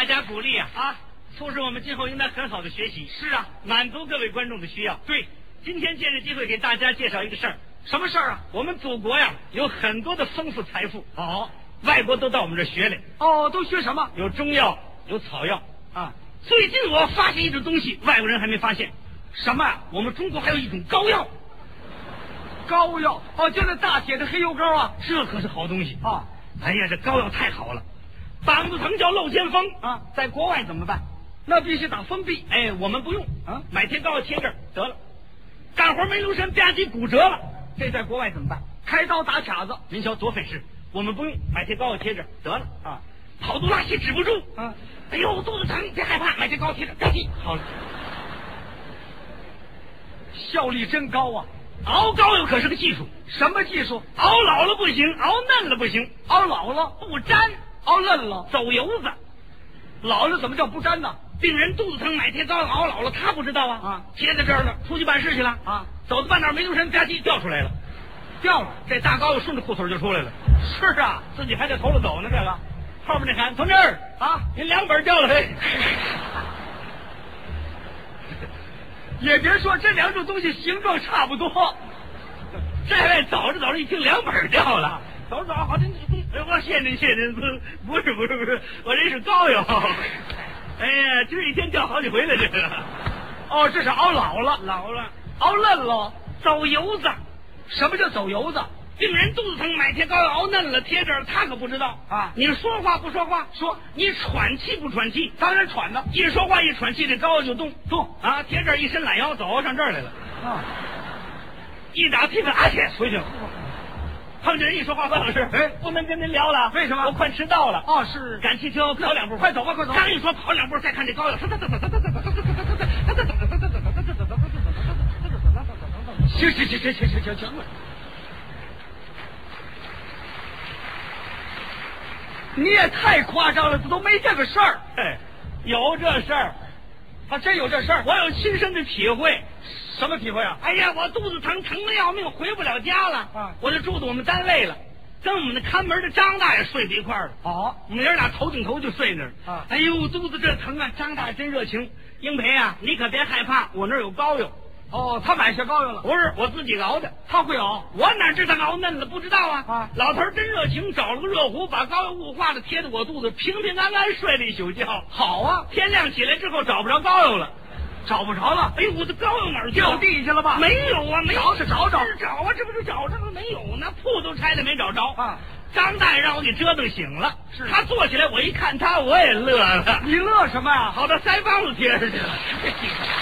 家鼓励啊，促使我们今后应该很好的学习。 是啊， 满足各位观众的需要。 对， 今天借这机会给大家介绍一个事儿。 什么事儿啊？ 我们祖国呀有很多的丰富财富， 哦， 外国都到我们这学来。 哦，都学什么？ 有中药，有草药啊。 最近我发现一种东西，外国人还没发现。 什么呀？ 我们中国还有一种膏药。 膏药？哦，就那大铁的黑油膏啊， 这可是好东西啊！ 哎呀，这膏药太好了，膀子疼叫漏尖风啊， 在国外怎么办？ 那必须打封闭。 哎，我们不用啊， 买贴膏药贴这儿得了。干活没留神吧唧骨折了，这在国外怎么办？ 开刀打卡子， 您瞧多费事。我们不用买贴膏药贴着得了啊。跑肚拉稀止不住啊， 哎呦肚子疼别害怕，买贴膏药贴着吧唧好了。 效力真高啊！ 熬膏药可是个技术。 什么技术？ 熬老了不行，熬嫩了不行。 熬老了不粘， 熬嫩了走油子。 老了怎么叫不粘呢？ 病人肚子疼买贴膏药熬老了，他不知道啊。贴在这儿呢，出去办事去了啊， 走到半道没留神吧唧掉出来了， 掉了。 这大膏药顺着裤腿就出来了。 是啊， 自己还得头了走呢。这个后面那喊同志啊，您2本掉了嘿。 也别说这两种东西形状差不多。 这位走着走着一听2本掉了，走着走着好听，我谢您谢您，不是，我这是膏药。哎呀，今儿一天掉好几回了，这是。 哦，这是熬老了，熬嫩了， 走油子。 什么叫走油子？ 病人肚子疼买贴膏药熬嫩了贴这儿，他可不知道啊。 你说话不说话？ 说。 你喘气不喘气？ 当然喘了。 一说话一喘气，这膏药就动啊。贴这儿一伸懒腰，走上这儿来了啊。 一打屁股，而且回去了。碰见人一说话，关老师， 哎， 不能跟您聊了。 为什么？ 我快迟到了。 哦，是。 赶汽车，跑2步， 快走吧，快走。 刚一说跑2步，再看这膏药，行了。 你也太夸张了，这都没这个事儿。 哎，有这事儿， 他真有这事儿， 我有亲身的体会。 什么体会啊？ 哎呀，我肚子疼，疼得要命，回不了家了啊！ 我就住在我们单位了，跟我们的看门的张大爷睡在一块儿了。 哦， 我们爷俩头顶头就睡那儿啊！ 哎呦，肚子这疼啊！张大爷真热情，英培啊，你可别害怕，我那儿有膏药。 哦，他买下膏药了？ 不是，我自己熬的。 他会熬？ 我哪知道熬嫩了？不知道啊！ 啊， 老头真热情，找了个热壶，把膏药雾化的贴在我肚子，平平安安睡了一宿觉。 好啊！ 天亮起来之后找不着膏药了。 找不着了？ 哎呦，我的膏药哪儿去了？ 掉地下了吧？ 没有啊，没有。 找找找啊，这不就找着了？没有呢，铺都拆了没找着啊。 张大爷让我给折腾醒了， 是他坐起来，我一看他，我也乐了。 你乐什么呀？ 跑到腮帮子贴上去了。